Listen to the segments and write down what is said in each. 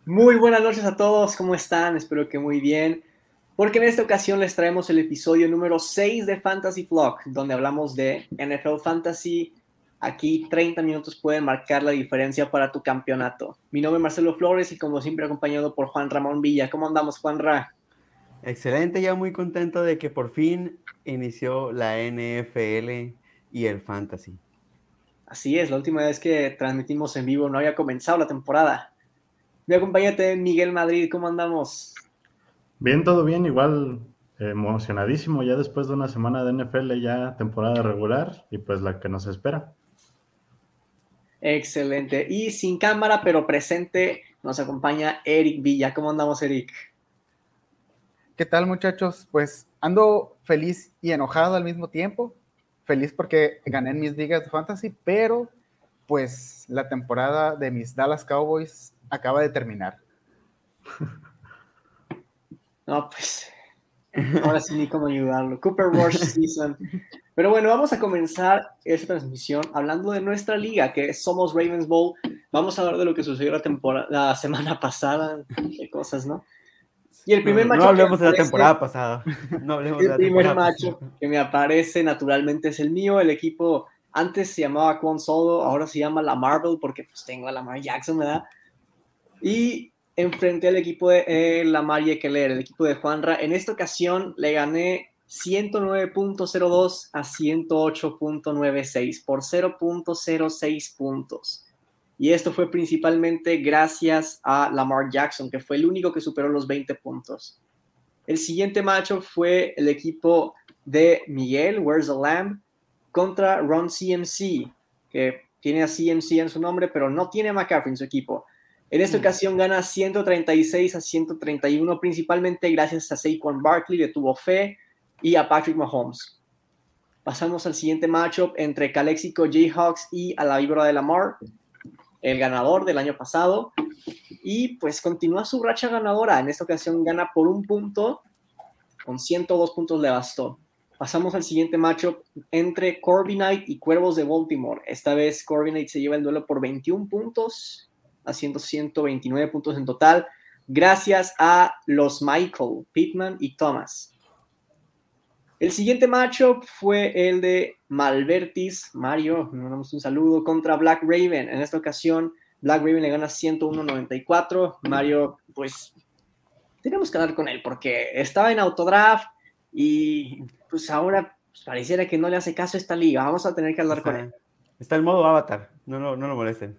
Muy buenas noches a todos, ¿cómo están? Espero que muy bien, porque en esta ocasión les traemos el episodio número 6 de Fantasy Flock, donde hablamos de NFL Fantasy. Aquí 30 minutos pueden marcar la diferencia para tu campeonato. Mi nombre es Marcelo Flores y como siempre acompañado por Juan Ramón Villa. ¿Cómo andamos, Juan Ra? Excelente, ya muy contento de que por fin inició la NFL y el Fantasy. Así es, la última vez que transmitimos en vivo no había comenzado la temporada. Mi acompañante Miguel Madrid, ¿cómo andamos? Bien, todo bien, igual emocionadísimo ya después de una semana de NFL, ya temporada regular y pues la que nos espera. Excelente. Y sin cámara, pero presente, nos acompaña Eric Villa. ¿Cómo andamos, Eric? ¿Qué tal, muchachos? Pues ando feliz y enojado al mismo tiempo. Feliz porque gané en mis ligas de fantasy, pero pues la temporada de mis Dallas Cowboys acaba de terminar. No, pues ahora sí ni cómo ayudarlo. Cooper Rush Season. Pero bueno, vamos a comenzar esta transmisión hablando de nuestra liga, que somos Ravens Bowl. Vamos a hablar de lo que sucedió la semana pasada, de cosas, ¿no? Y el primer No macho que me hablemos de la aparece, temporada pasada. No hablemos de el la primer temporada macho pasada. que me aparece naturalmente es el mío. El equipo antes se llamaba Quan Solo, ahora se llama La Marvel porque pues tengo a Lamar Jackson, ¿verdad? Y enfrenté al equipo de Lamar Yekeler, el equipo de Juanra. En esta ocasión le gané 109.02 a 108.96 por 0.06 puntos. Y esto fue principalmente gracias a Lamar Jackson, que fue el único que superó los 20 puntos. El siguiente matchup fue el equipo de Miguel, Where's the Lamb, contra Ron CMC, que tiene a CMC en su nombre, pero no tiene a McCaffrey en su equipo. En esta ocasión gana 136 a 131, principalmente gracias a Saquon Barkley, le tuvo fe, y a Patrick Mahomes. Pasamos al siguiente matchup entre Calexico Jayhawks y a la víbora de Lamar, el ganador del año pasado, y pues continúa su racha ganadora. En esta ocasión gana por un punto, con 102 puntos le bastó. Pasamos al siguiente matchup entre Corby Knight y Cuervos de Baltimore. Esta vez Corby Knight se lleva el duelo por 21 puntos, haciendo 129 puntos en total, gracias a los Michael, Pittman y Thomas. El siguiente matchup fue el de Malvertis, Mario, le damos un saludo, contra Black Raven. En esta ocasión, Black Raven le gana 101.94. Mario, pues, tenemos que hablar con él porque estaba en autodraft y pues ahora pues, pareciera que no le hace caso a esta liga. Vamos a tener que hablar con él. Está el modo avatar. No lo molesten.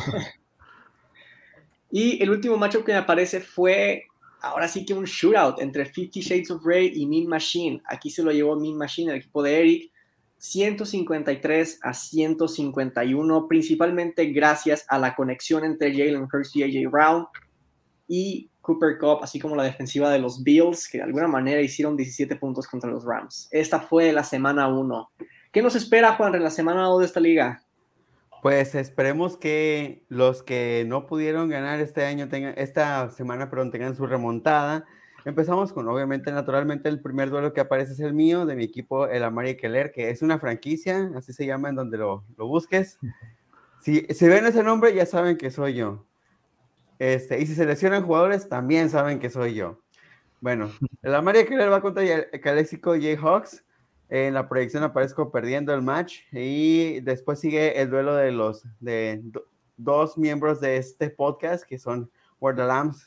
Y el último matchup que me aparece fue ahora sí que un shootout entre 50 Shades of Grey y Mean Machine. Aquí se lo llevó Mean Machine, el equipo de Eric, 153 a 151, principalmente gracias a la conexión entre Jalen Hurts y AJ Brown y Cooper Kupp, así como la defensiva de los Bills, que de alguna manera hicieron 17 puntos contra los Rams. Esta fue la semana 1. ¿Qué nos espera, Juan, en la semana 2 de esta liga? Pues esperemos que los que no pudieron ganar esta semana, tengan su remontada. Empezamos con, obviamente, naturalmente, el primer duelo que aparece es el mío, de mi equipo, el Amari Keller, que es una franquicia, así se llama en donde lo busques. Si ven ese nombre, ya saben que soy yo. Y si seleccionan jugadores, también saben que soy yo. Bueno, el Amari Keller va contra el Calexico Jayhawks. En la proyección aparezco perdiendo el match y después sigue el duelo de dos miembros de este podcast que son Where the Lambs.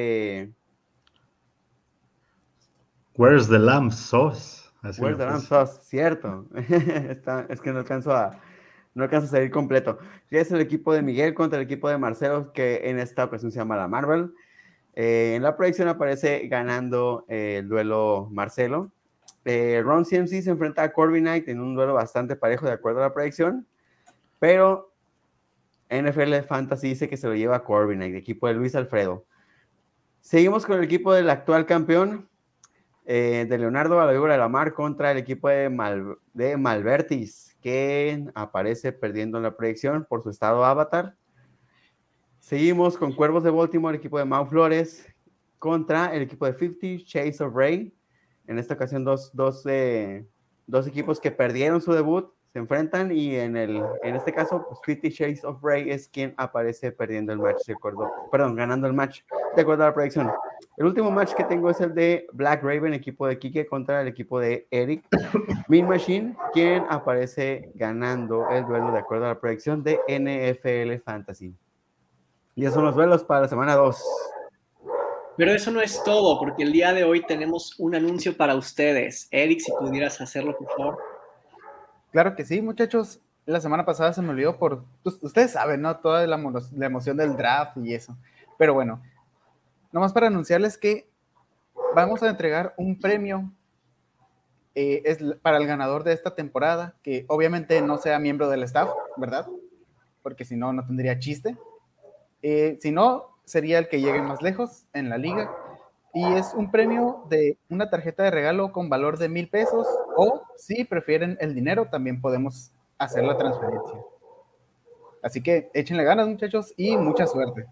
Where's the lamb sauce? Así Where lo the Lambs puse. Sauce, cierto. Es que no alcanzo a salir completo. Es el equipo de Miguel contra el equipo de Marcelo, que en esta ocasión se llama la Marvel. En la proyección aparece ganando el duelo Marcelo. Ron CMC se enfrenta a Corby Knight en un duelo bastante parejo de acuerdo a la predicción, pero NFL Fantasy dice que se lo lleva a Corby Knight, equipo de Luis Alfredo. Seguimos con el equipo del actual campeón, de Leonardo a la víbora de la mar contra el equipo de Malvertis, que aparece perdiendo la predicción por su estado avatar. Seguimos con Cuervos de Baltimore, el equipo de Mau Flores, contra el equipo de 50 Shades of Grey. En esta ocasión, dos equipos que perdieron su debut. se enfrentan y en este caso, pues 50 Shades of Grey es quien aparece perdiendo el match, ganando el match, de acuerdo a la predicción. El último match que tengo es el de Black Raven, equipo de Kike, contra el equipo de Eric Mean Machine, quien aparece ganando el duelo de acuerdo a la predicción de NFL Fantasy. Y esos son los duelos para la semana 2. Pero eso no es todo, porque el día de hoy tenemos un anuncio para ustedes. Eric, si pudieras hacerlo, por favor. Claro que sí, muchachos. La semana pasada se me olvidó ustedes saben, ¿no? Toda la emoción del draft y eso. Pero bueno, nomás para anunciarles que vamos a entregar un premio es para el ganador de esta temporada, que obviamente no sea miembro del staff, ¿verdad? Porque si no, no tendría chiste. Si no, sería el que llegue más lejos en la liga. Y es un premio de una tarjeta de regalo con valor de $1,000, o si prefieren el dinero, también podemos hacer la transferencia. Así que échenle ganas, muchachos, y mucha suerte.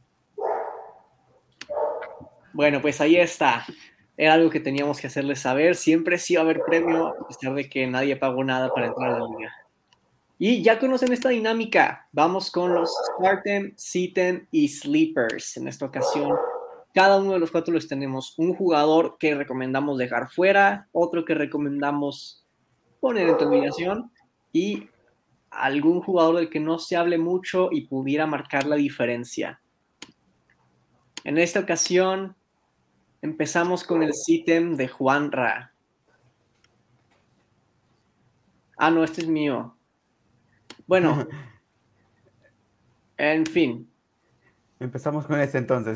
Bueno, pues ahí está. Era algo que teníamos que hacerles saber. Siempre sí va a haber premio, a pesar de que nadie pagó nada para entrar a la liga. Y ya conocen esta dinámica. Vamos con los Startem, Sitem y Sleepers. En esta ocasión, cada uno de los 4 les tenemos un jugador que recomendamos dejar fuera, otro que recomendamos poner en tu alineación y algún jugador del que no se hable mucho y pudiera marcar la diferencia. En esta ocasión, empezamos con el Sitem de Juan Ra. Ah, no, este es mío. Bueno, en fin. Empezamos con este entonces.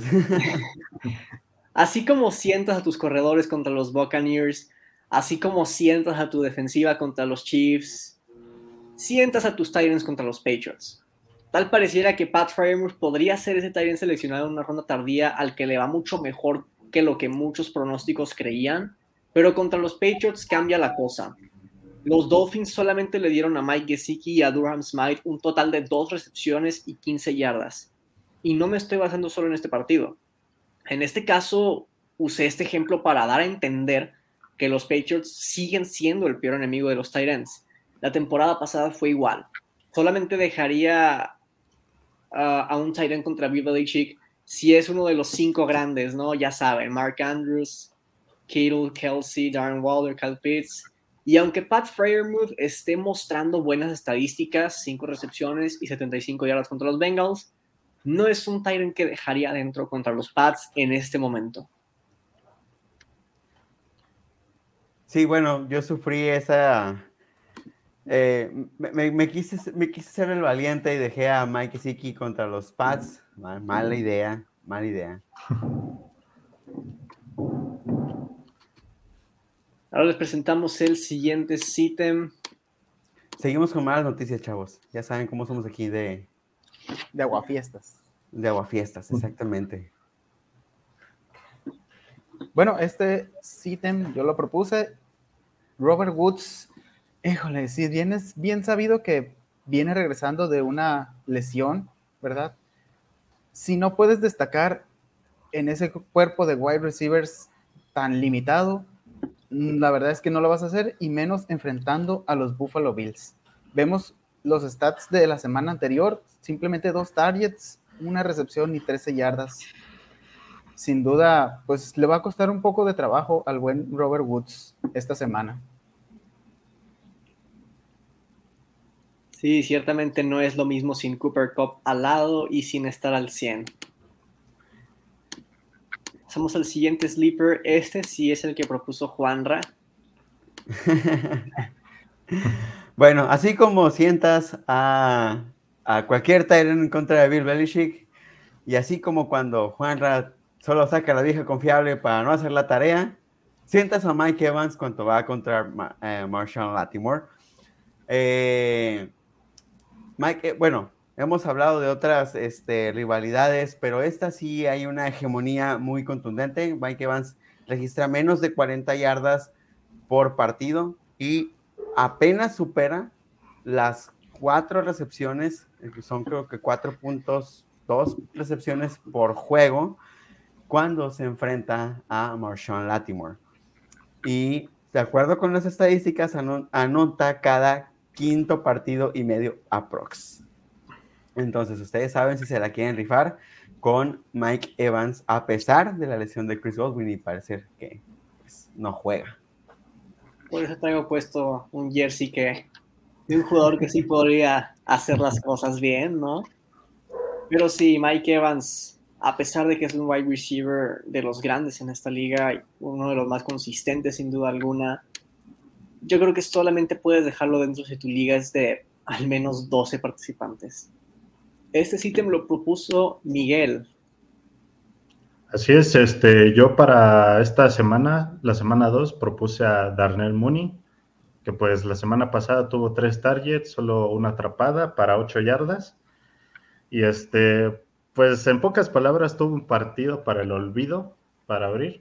Así como sientas a tus corredores contra los Buccaneers, así como sientas a tu defensiva contra los Chiefs, sientas a tus Titans contra los Patriots. Tal pareciera que Pat Freiermuth podría ser ese Titan seleccionado en una ronda tardía al que le va mucho mejor que lo que muchos pronósticos creían, pero contra los Patriots cambia la cosa. Los Dolphins solamente le dieron a Mike Gesicki y a Durham Smythe un total de 2 recepciones y 15 yardas. Y no me estoy basando solo en este partido. En este caso, usé este ejemplo para dar a entender que los Patriots siguen siendo el peor enemigo de los tight ends. La temporada pasada fue igual. Solamente dejaría a un tight end contra Bill Belichick si es uno de los 5 grandes, ¿no? Ya saben, Mark Andrews, Kittle, Kelsey, Darren Waller, Kyle Pitts. Y aunque Pat Freiermuth esté mostrando buenas estadísticas, 5 recepciones y 75 yardas contra los Bengals, no es un tight end que dejaría adentro contra los Pats en este momento. Sí, bueno, yo sufrí esa... me quise ser el valiente y dejé a Mike Gesicki contra los Pats. Mala idea. Ahora les presentamos el siguiente Sitem. Seguimos con malas noticias, chavos. Ya saben cómo somos aquí de aguafiestas. De aguafiestas, exactamente. Bueno, este Sitem yo lo propuse. Robert Woods, híjole, si bien es bien sabido que viene regresando de una lesión, ¿verdad? Si no puedes destacar en ese cuerpo de wide receivers tan limitado, la verdad es que no lo vas a hacer, y menos enfrentando a los Buffalo Bills. Vemos los stats de la semana anterior, simplemente 2 targets, 1 recepción y 13 yardas. Sin duda, pues le va a costar un poco de trabajo al buen Robert Woods esta semana. Sí, ciertamente no es lo mismo sin Cooper Kupp al lado y sin estar al 100. Pasamos al siguiente sleeper. Este sí es el que propuso Juanra. Bueno, así como sientas a cualquier tight end en contra de Bill Belichick, y así como cuando Juanra solo saca la vieja confiable para no hacer la tarea, sientas a Mike Evans cuando va contra Marshawn Lattimore. Bueno, hemos hablado de otras rivalidades, pero esta sí hay una hegemonía muy contundente. Mike Evans registra menos de 40 yardas por partido y apenas supera las 4 recepciones, que son creo que 4.2 recepciones por juego, cuando se enfrenta a Marshawn Lattimore. Y de acuerdo con las estadísticas, anota cada quinto partido y medio aprox. Entonces, ustedes saben si se la quieren rifar con Mike Evans, a pesar de la lesión de Chris Godwin, y parece que pues, no juega. Por eso traigo puesto un jersey de un jugador que sí podría hacer las cosas bien, ¿no? Pero sí, Mike Evans, a pesar de que es un wide receiver de los grandes en esta liga, y uno de los más consistentes sin duda alguna, yo creo que solamente puedes dejarlo dentro si tu liga es de al menos 12 participantes. Este sí te me lo propuso Miguel. Así es, yo para esta semana, la semana 2, propuse a Darnell Mooney, que pues la semana pasada tuvo 3 targets, solo una atrapada para 8 yardas. Y pues en pocas palabras tuvo un partido para el olvido, para abrir.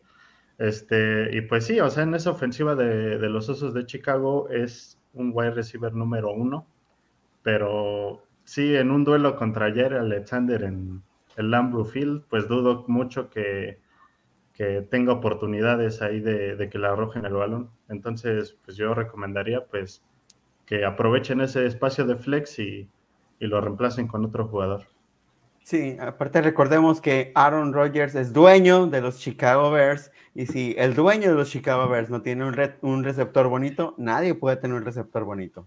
Y pues sí, o sea, en esa ofensiva de los Osos de Chicago es un wide receiver número 1, pero sí, en un duelo contra Jair Alexander en el Lambeau Field, pues dudo mucho que tenga oportunidades ahí de que le arrojen el balón. Entonces, pues yo recomendaría pues que aprovechen ese espacio de flex y lo reemplacen con otro jugador. Sí, aparte recordemos que Aaron Rodgers es dueño de los Chicago Bears, y si el dueño de los Chicago Bears no tiene un receptor bonito, nadie puede tener un receptor bonito.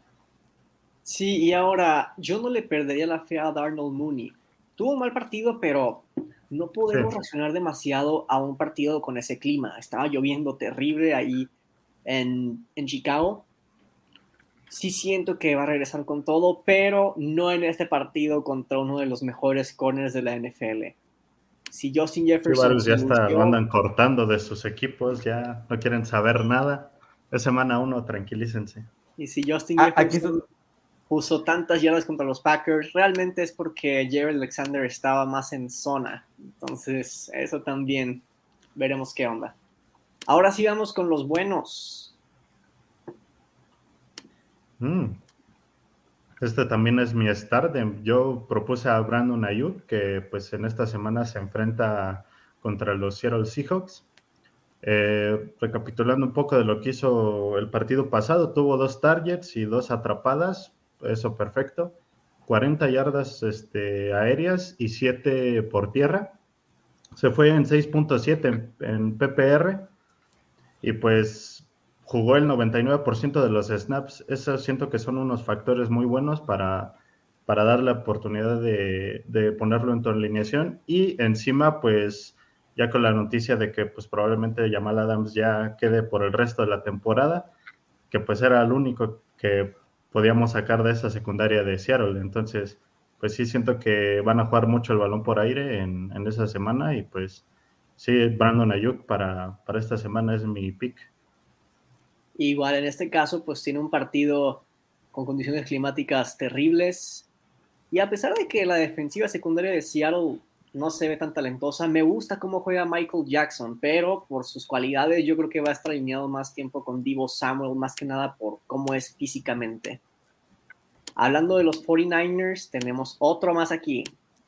Sí, y ahora yo no le perdería la fe a Darnell Mooney. Tuvo un mal partido, pero no podemos reaccionar demasiado a un partido con ese clima. Estaba lloviendo terrible ahí en Chicago. Sí siento que va a regresar con todo, pero no en este partido contra uno de los mejores corners de la NFL. Si Justin Jefferson Sí, ya está, lo andan cortando de sus equipos, ya no quieren saber nada. Es semana 1, tranquilícense. Y si Justin Jefferson puso tantas yardas contra los Packers, realmente es porque Jair Alexander estaba más en zona. Entonces, eso también veremos qué onda. Ahora sí vamos con los buenos. Este también es mi start. Yo propuse a Brandon Ayuk, que pues en esta semana se enfrenta contra los Seattle Seahawks. Recapitulando un poco de lo que hizo el partido pasado, tuvo 2 targets y 2 atrapadas, eso perfecto, 40 yardas aéreas y 7 por tierra, se fue en 6.7 en PPR y pues jugó el 99% de los snaps. Eso siento que son unos factores muy buenos para dar la oportunidad de ponerlo en tu alineación, y encima pues ya con la noticia de que pues probablemente Jamal Adams ya quede por el resto de la temporada, que pues era el único que podíamos sacar de esa secundaria de Seattle. Entonces pues sí siento que van a jugar mucho el balón por aire en esa semana, y pues sí, Brandon Ayuk para esta semana es mi pick. Igual en este caso, pues tiene un partido con condiciones climáticas terribles. Y a pesar de que la defensiva secundaria de Seattle no se ve tan talentosa, me gusta cómo juega Michael Jackson, pero por sus cualidades yo creo que va a estar alineado más tiempo con Deebo Samuel, más que nada por cómo es físicamente. Hablando de los 49ers, tenemos otro más aquí.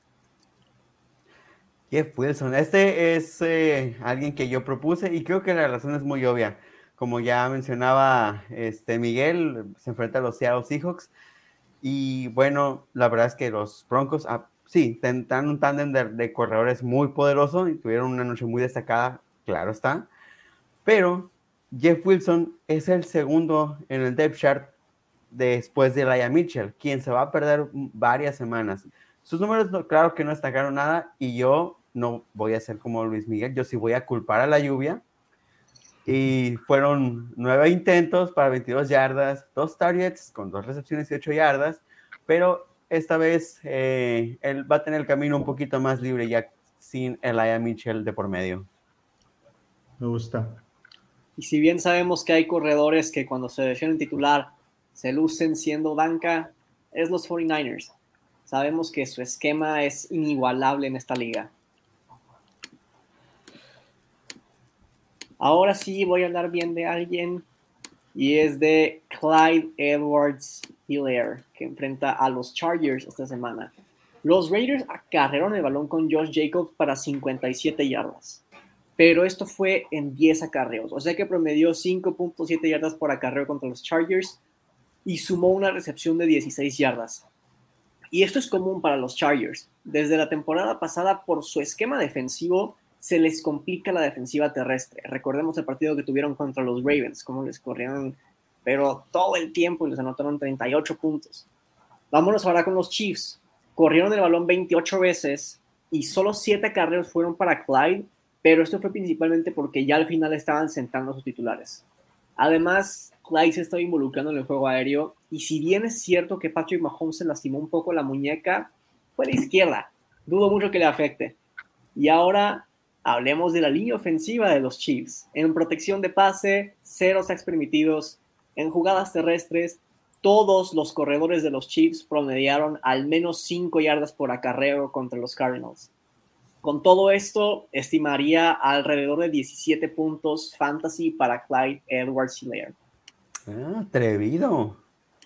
Jeff Wilson, este es alguien que yo propuse, y creo que la razón es muy obvia. Como ya mencionaba Miguel, se enfrenta a los Seattle Seahawks, y bueno, la verdad es que los Broncos, sí, tendrán un tándem de corredores muy poderoso y tuvieron una noche muy destacada, claro está, pero Jeff Wilson es el segundo en el depth chart después de Elijah Mitchell, quien se va a perder varias semanas. Sus números, claro que no destacaron nada, y yo no voy a ser como Luis Miguel, yo sí voy a culpar a la lluvia. Y fueron 9 intentos para 22 yardas, 2 targets con 2 recepciones y 8 yardas, pero esta vez él va a tener el camino un poquito más libre ya sin Elijah Mitchell de por medio. Me gusta. Y si bien sabemos que hay corredores que cuando se defienden titular se lucen siendo banca, es los 49ers. Sabemos que su esquema es inigualable en esta liga. Ahora sí voy a hablar bien de alguien, y es de Clyde Edwards-Helaire, que enfrenta a los Chargers esta semana. Los Raiders acarrearon el balón con Josh Jacobs para 57 yardas, pero esto fue en 10 acarreos, o sea que promedió 5.7 yardas por acarreo contra los Chargers. y sumó una recepción de 16 yardas. Y esto es común para los Chargers. Desde la temporada pasada, por su esquema defensivo, se les complica la defensiva terrestre. Recordemos el partido que tuvieron contra los Ravens, cómo les corrieron, pero todo el tiempo y les anotaron 38 puntos. Vámonos ahora con los Chiefs. Corrieron el balón 28 veces y solo 7 acarreos fueron para Clyde, pero esto fue principalmente porque ya al final estaban sentando a sus titulares. Además, Clyde se estaba involucrando en el juego aéreo y si bien es cierto que Patrick Mahomes se lastimó un poco la muñeca, fue de izquierda. Dudo mucho que le afecte. Y ahora hablemos de la línea ofensiva de los Chiefs. En protección de pase, 0 sacks permitidos. En jugadas terrestres, todos los corredores de los Chiefs promediaron al menos 5 yardas por acarreo contra los Cardinals. Con todo esto, estimaría alrededor de 17 puntos fantasy para Clyde Edwards-Helaire. Atrevido.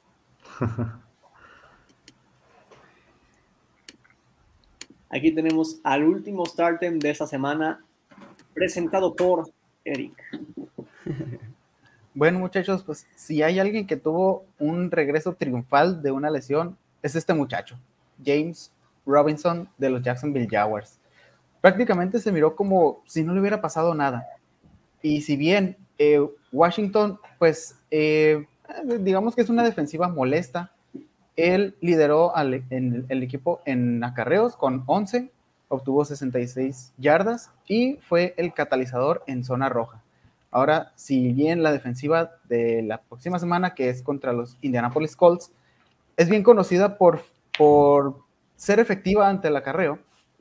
Aquí tenemos al último startem de esta semana, presentado por Eric. Bueno, muchachos, pues si hay alguien que tuvo un regreso triunfal de una lesión, es este muchacho, James Robinson de los Jacksonville Jaguars. Prácticamente se miró como si no le hubiera pasado nada. Y si bien Washington, pues digamos que es una defensiva molesta, él lideró el equipo en acarreos con 11, obtuvo 66 yardas y fue el catalizador en zona roja. Ahora, si bien la defensiva de la próxima semana, que es contra los Indianapolis Colts, es bien conocida por ser efectiva ante el acarreo,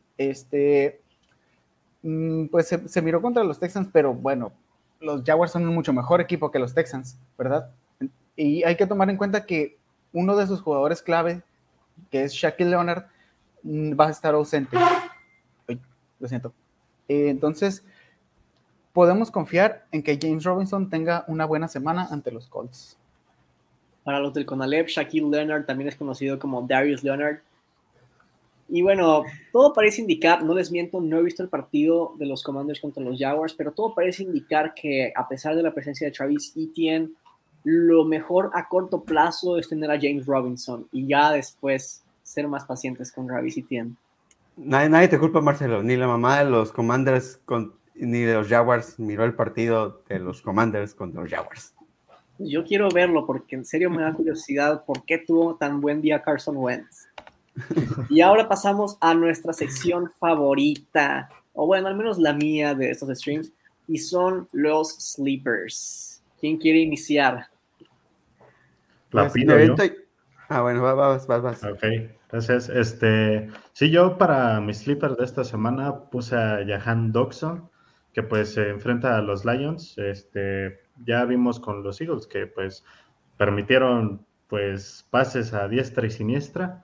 pues se miró contra los Texans, pero bueno, los Jaguars son un mucho mejor equipo que los Texans, ¿verdad? Y hay que tomar en cuenta que uno de sus jugadores clave, que es Shaquille Leonard, va a estar ausente. Uy, lo siento. Entonces, podemos confiar en que James Robinson tenga una buena semana ante los Colts. Para los del CONALEP, Shaquille Leonard también es conocido como Darius Leonard. Y bueno, todo parece indicar, no les miento, no he visto el partido de los Commanders contra los Jaguars, pero todo parece indicar que a pesar de la presencia de Travis Etienne, lo mejor a corto plazo es tener a James Robinson y ya después ser más pacientes con Travis Etienne. Nadie te culpa, Marcelo, ni la mamá de los Commanders ni de los Jaguars miró el partido de los Commanders contra los Jaguars. Yo quiero verlo porque en serio me da curiosidad por qué tuvo tan buen día Carson Wentz. Y ahora pasamos a nuestra sección favorita, o bueno, al menos la mía de estos streams, y son los sleepers. ¿Quién quiere iniciar? La pido yo. Bueno, vas. Ok, entonces, sí, yo para mis sleepers de esta semana puse a Jahan Dotson, que pues se enfrenta a los Lions. Ya vimos con los Eagles que pues permitieron pues pases a diestra y siniestra.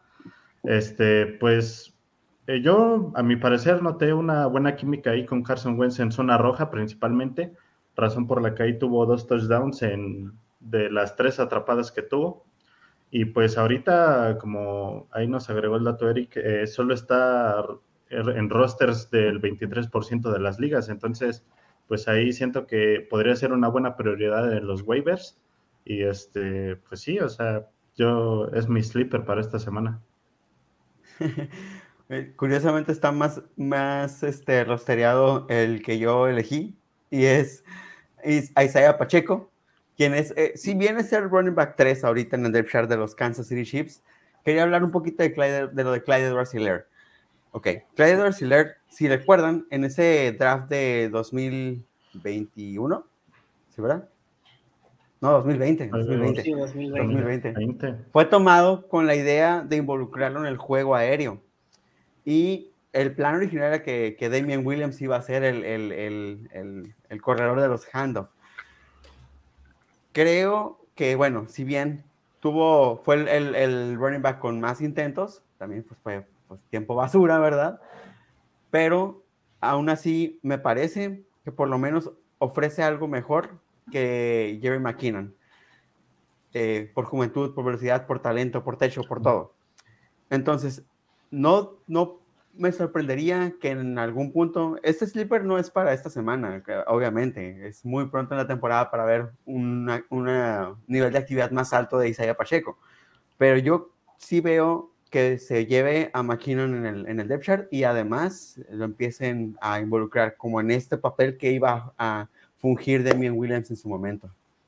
Yo a mi parecer noté una buena química ahí con Carson Wentz en zona roja principalmente, razón por la que ahí tuvo 2 touchdowns de las 3 atrapadas que tuvo. Y pues ahorita, como ahí nos agregó el dato Eric, solo está en rosters del 23% de las ligas. Entonces, pues ahí siento que podría ser una buena prioridad en los waivers. Y pues sí, o sea, es mi sleeper para esta semana. Curiosamente está más rostereado el que yo elegí y es Isaiah Pacheco, quien es, si bien es el running back 3 ahorita en el depth chart de los Kansas City Chiefs, quería hablar un poquito de lo de Clyde Edwards-Helaire. Ok, Clyde Edwards-Helaire, si recuerdan, en ese draft de 2021, ¿sí, verdad? No, 2020. Sí, 2020. Fue tomado con la idea de involucrarlo en el juego aéreo. Y el plan original era que Damian Williams iba a ser el corredor de los handoff. Creo que, bueno, si bien fue el running back con más intentos, también pues fue tiempo basura, ¿verdad? Pero aún así me parece que por lo menos ofrece algo mejor que Jerry McKinnon. Por juventud, por velocidad, por talento, por techo, por todo. Entonces, no me sorprendería que en algún punto, este sleeper no es para esta semana, obviamente, es muy pronto en la temporada para ver un nivel de actividad más alto de Isaiah Pacheco, pero yo sí veo que se lleve a McKinnon en el depth chart y además lo empiecen a involucrar como en este papel que iba a fungir Damien Williams en su momento.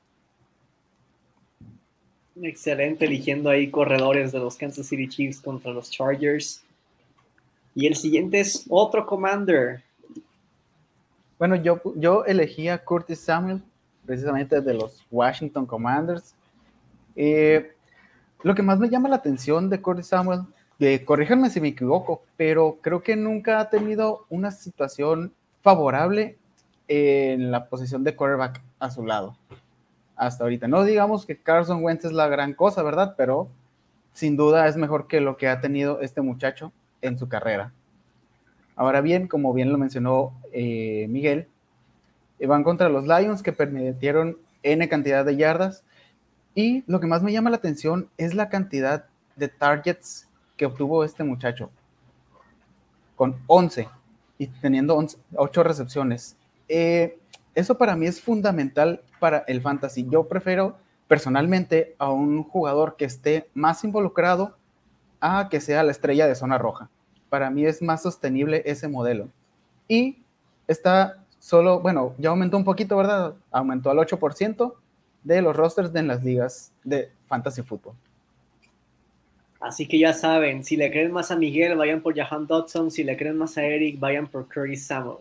Excelente, eligiendo ahí corredores de los Kansas City Chiefs contra los Chargers. Y el siguiente es otro Commander. Bueno, yo elegí a Curtis Samuel, precisamente de los Washington Commanders. Lo que más me llama la atención de Curtis Samuel, corríjanme si me equivoco, pero creo que nunca ha tenido una situación favorable en la posición de quarterback a su lado. Hasta ahorita. No digamos que Carson Wentz es la gran cosa, ¿verdad? Pero sin duda es mejor que lo que ha tenido este muchacho en su carrera. Ahora bien, como bien lo mencionó Miguel, van contra los Lions, que permitieron N cantidad de yardas, y lo que más me llama la atención es la cantidad de targets que obtuvo este muchacho, con 11 y teniendo 8 recepciones. Eso para mí es fundamental para el fantasy. Yo prefiero personalmente a un jugador que esté más involucrado a que sea la estrella de zona roja. Para mí es más sostenible ese modelo. Y está solo, bueno, ya aumentó un poquito, ¿verdad? Aumentó al 8% de los rosters en las ligas de fantasy fútbol. Así que ya saben, si le creen más a Miguel, vayan por Jahan Dotson. Si le creen más a Eric, vayan por Curtis Samuel.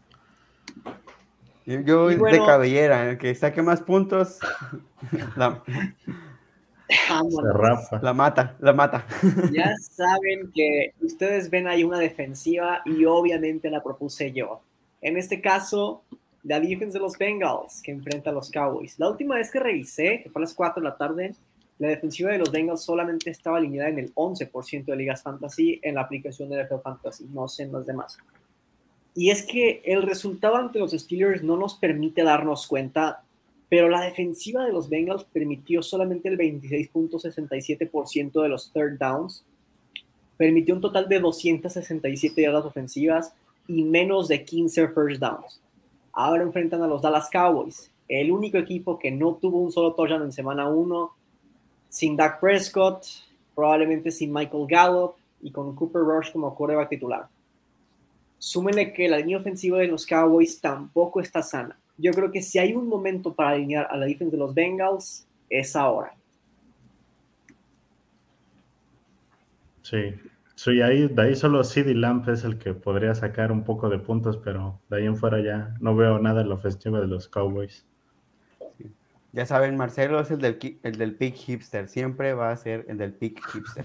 Yo bueno, de cabellera, el que saque más puntos, la mata. Ya saben que ustedes ven ahí una defensiva y obviamente la propuse yo. En este caso, la defensa de los Bengals que enfrenta a los Cowboys. La última vez que revisé, que fue a las 4 de la tarde, la defensiva de los Bengals solamente estaba alineada en el 11% de ligas fantasy en la aplicación de NFL Fantasy, no sé en las demás. Y es que el resultado ante los Steelers no nos permite darnos cuenta, pero la defensiva de los Bengals permitió solamente el 26.67% de los third downs, permitió un total de 267 yardas ofensivas y menos de 15 first downs. Ahora enfrentan a los Dallas Cowboys, el único equipo que no tuvo un solo touchdown en semana 1, sin Dak Prescott, probablemente sin Michael Gallup y con Cooper Rush como quarterback titular. Súmenle que la línea ofensiva de los Cowboys tampoco está sana. Yo creo que si hay un momento para alinear a la defensa de los Bengals, es ahora. Sí, de ahí solo CeeDee Lamb es el que podría sacar un poco de puntos, pero de ahí en fuera ya no veo nada en la ofensiva de los Cowboys. Sí. Ya saben, Marcelo es el del pick hipster, siempre va a ser el del pick hipster.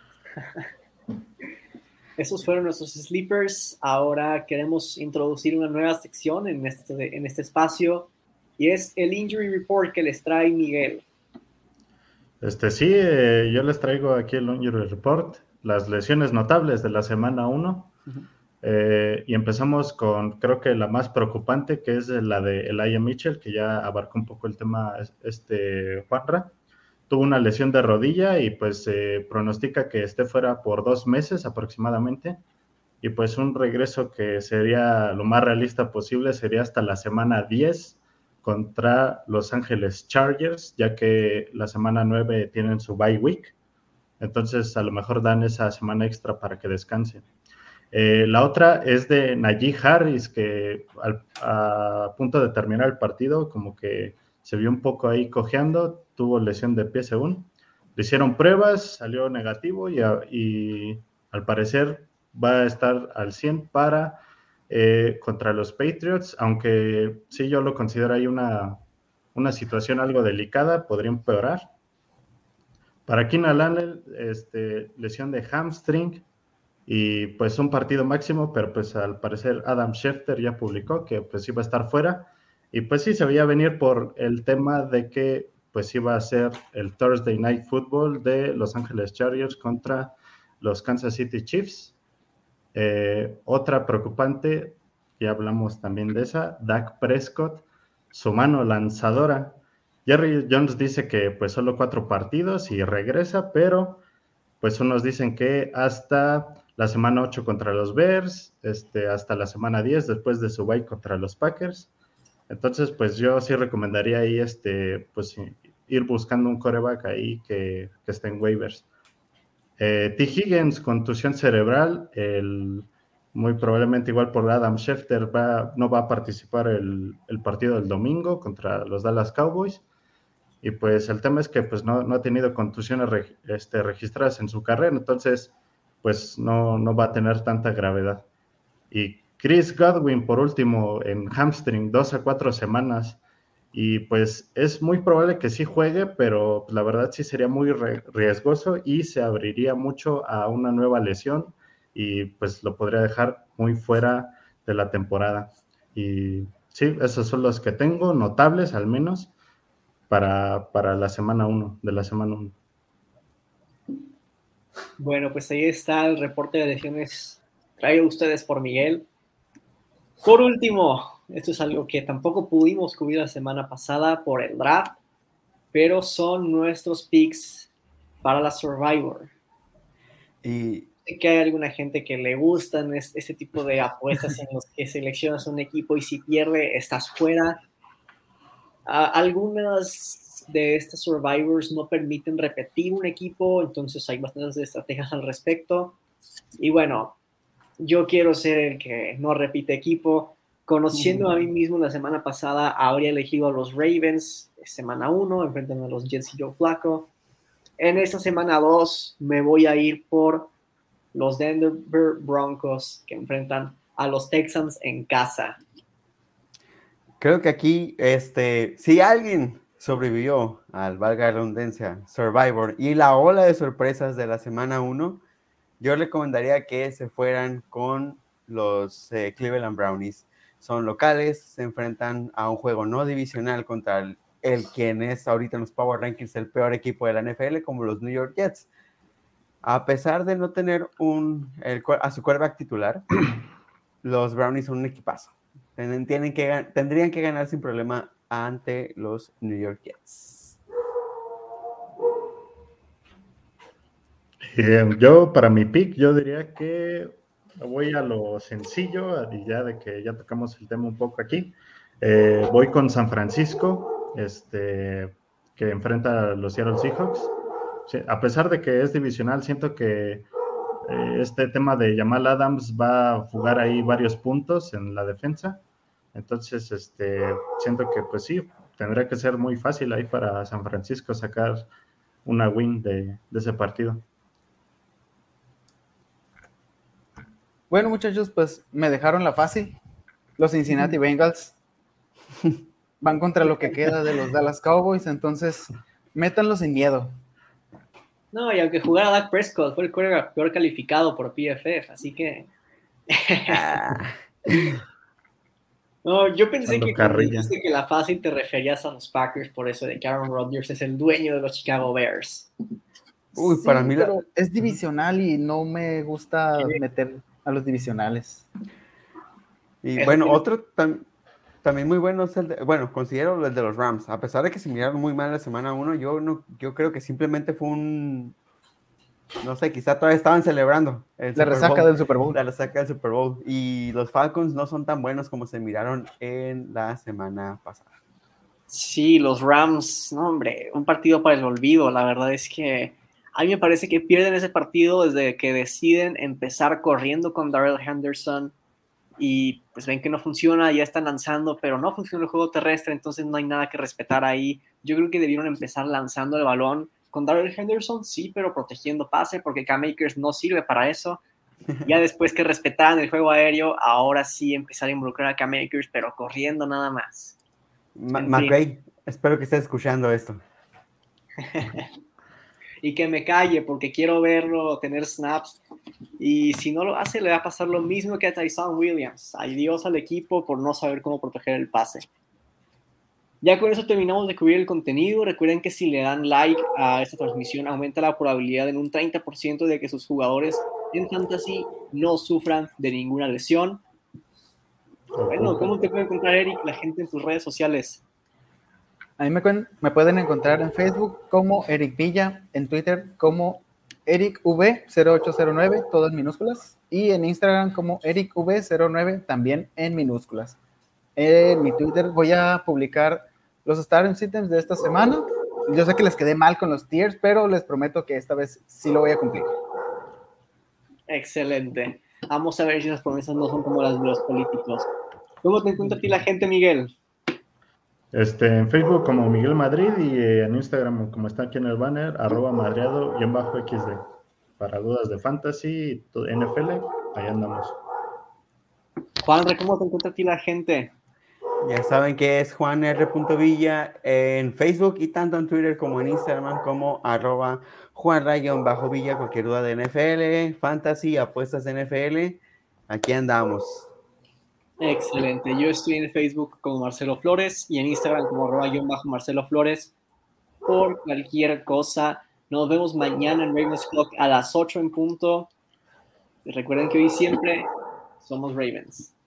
Esos fueron nuestros sleepers. Ahora queremos introducir una nueva sección en este espacio y es el Injury Report que les trae Miguel. Sí, yo les traigo aquí el Injury Report, las lesiones notables de la semana 1. Uh-huh. Y empezamos con, creo que la más preocupante, que es la de Elijah Mitchell, que ya abarcó un poco el tema Juanra. Tuvo una lesión de rodilla y pues se pronostica que esté fuera por 2 meses aproximadamente. Y pues un regreso que sería lo más realista posible sería hasta la semana 10 contra Los Ángeles Chargers, ya que la semana 9 tienen su bye week. Entonces a lo mejor dan esa semana extra para que descanse. La otra es de Najee Harris, que a punto de terminar el partido como que se vio un poco ahí cojeando, tuvo lesión de pie según. Le hicieron pruebas, salió negativo y al parecer va a estar al 100 para contra los Patriots, aunque sí yo lo considero ahí una situación algo delicada, podría empeorar. Para Keenan Allen, lesión de hamstring y pues un partido máximo, pero pues al parecer Adam Schefter ya publicó que pues iba a estar fuera. Y pues sí, se veía venir por el tema de que pues iba a ser el Thursday Night Football de Los Ángeles Chargers contra los Kansas City Chiefs. Otra preocupante, ya hablamos también de esa, Dak Prescott, su mano lanzadora. Jerry Jones dice que pues solo 4 partidos y regresa, pero pues unos dicen que hasta la semana 8 contra los Bears, hasta la semana 10 después de su bye contra los Packers. Entonces, pues yo sí recomendaría ahí, pues ir buscando un quarterback ahí que esté en waivers. T. Higgins, contusión cerebral, muy probablemente igual por Adam Schefter no va a participar el partido del domingo contra los Dallas Cowboys. Y pues el tema es que pues no ha tenido contusiones registradas en su carrera, entonces pues no va a tener tanta gravedad. Y Chris Godwin, por último, en hamstring, 2 a 4 semanas. Y pues es muy probable que sí juegue, pero la verdad sí sería muy riesgoso y se abriría mucho a una nueva lesión y pues lo podría dejar muy fuera de la temporada. Y sí, esos son los que tengo, notables al menos, para la semana 1, de la semana 1. Bueno, pues ahí está el reporte de lesiones traído a ustedes por Miguel. Por último, esto es algo que tampoco pudimos cubrir la semana pasada por el draft, pero son nuestros picks para la Survivor. Y sé que hay alguna gente que le gustan este tipo de apuestas en los que seleccionas un equipo y si pierde estás fuera. Algunas de estas Survivors no permiten repetir un equipo, entonces hay bastantes estrategias al respecto. Y bueno, yo quiero ser el que no repite equipo. Conociendo a mí mismo, la semana pasada habría elegido a los Ravens, semana 1, enfrentando a los Jets y Joe Flacco. En esta semana 2 me voy a ir por los Denver Broncos, que enfrentan a los Texans en casa. creo que aquí, si alguien sobrevivió al, valga la redundancia, Survivor y la ola de sorpresas de la semana 1, yo recomendaría que se fueran con los Cleveland Brownies. Son locales, se enfrentan a un juego no divisional contra el quien es ahorita en los Power Rankings el peor equipo de la NFL, como los New York Jets. A pesar de no tener a su quarterback titular, los Brownies son un equipazo. Tendrían que ganar sin problema ante los New York Jets. Yo, para mi pick, yo diría que voy a lo sencillo, y ya de que ya tocamos el tema un poco aquí. Voy con San Francisco, que enfrenta a los Seattle Seahawks. Sí, a pesar de que es divisional, siento que este tema de Jamal Adams va a jugar ahí varios puntos en la defensa. Entonces, siento que pues sí, tendrá que ser muy fácil ahí para San Francisco sacar una win de ese partido. Bueno, muchachos, pues me dejaron la fácil. Los Cincinnati Bengals van contra lo que queda de los Dallas Cowboys, entonces métanlos sin miedo. No, y aunque jugara Dak Prescott, fue el quarterback peor calificado por PFF, así que... No, yo pensé que cuando dijiste que la fácil te referías a los Packers por eso de que Aaron Rodgers es el dueño de los Chicago Bears. Uy, Sí, para mí pero es divisional y no me gusta meter a los divisionales. Y Eso bueno, tiene... otro también muy bueno es considero el de los Rams. A pesar de que se miraron muy mal la semana 1, yo creo que simplemente fue no sé, quizá todavía estaban celebrando la resaca del Super Bowl. La resaca del Super Bowl. Y los Falcons no son tan buenos como se miraron en la semana pasada. Sí, los Rams, no hombre, un partido para el olvido. La verdad es que a mí me parece que pierden ese partido desde que deciden empezar corriendo con Darrell Henderson y pues ven que no funciona, ya están lanzando, pero no funciona el juego terrestre, entonces no hay nada que respetar ahí. Yo creo que debieron empezar lanzando el balón con Darrell Henderson, sí, pero protegiendo pase, porque Cam Akers no sirve para eso. Ya después que respetaran el juego aéreo, ahora sí empezar a involucrar a Cam Akers, pero corriendo nada más. McRae, espero que estés escuchando esto. Y que me calle, porque quiero verlo tener snaps. Y si no lo hace, le va a pasar lo mismo que a Tyson Williams. Adiós al equipo por no saber cómo proteger el pase. Ya con eso terminamos de cubrir el contenido. Recuerden que si le dan like a esta transmisión, aumenta la probabilidad en un 30% de que sus jugadores en Fantasy no sufran de ninguna lesión. Bueno, ¿cómo te puede encontrar, Eric, la gente en tus redes sociales? A mí me pueden encontrar en Facebook como Eric Villa, en Twitter como EricV0809, todo en minúsculas. Y en Instagram como EricV09, también en minúsculas. En mi Twitter voy a publicar los Starting Systems de esta semana. Yo sé que les quedé mal con los tiers, pero les prometo que esta vez sí lo voy a cumplir. Excelente. Vamos a ver si las promesas no son como las de los políticos. ¿Cómo te encuentra a ti la gente, Miguel? En Facebook como Miguel Madrid y en Instagram, como está aquí en el banner, @madreado_xd. Para dudas de fantasy, NFL, ahí andamos. Juanre, ¿cómo te encuentra a ti la gente? Ya saben que es Juan R. Villa en Facebook y tanto en Twitter como en Instagram como @Juan_Villa. Cualquier duda de NFL, fantasy, apuestas de NFL, aquí andamos. Excelente. Yo estoy en Facebook como Marcelo Flores y en Instagram como @Marcelo Flores. Por cualquier cosa, nos vemos mañana en Ravens Clock a las 8 en punto. Y recuerden que hoy siempre somos Ravens.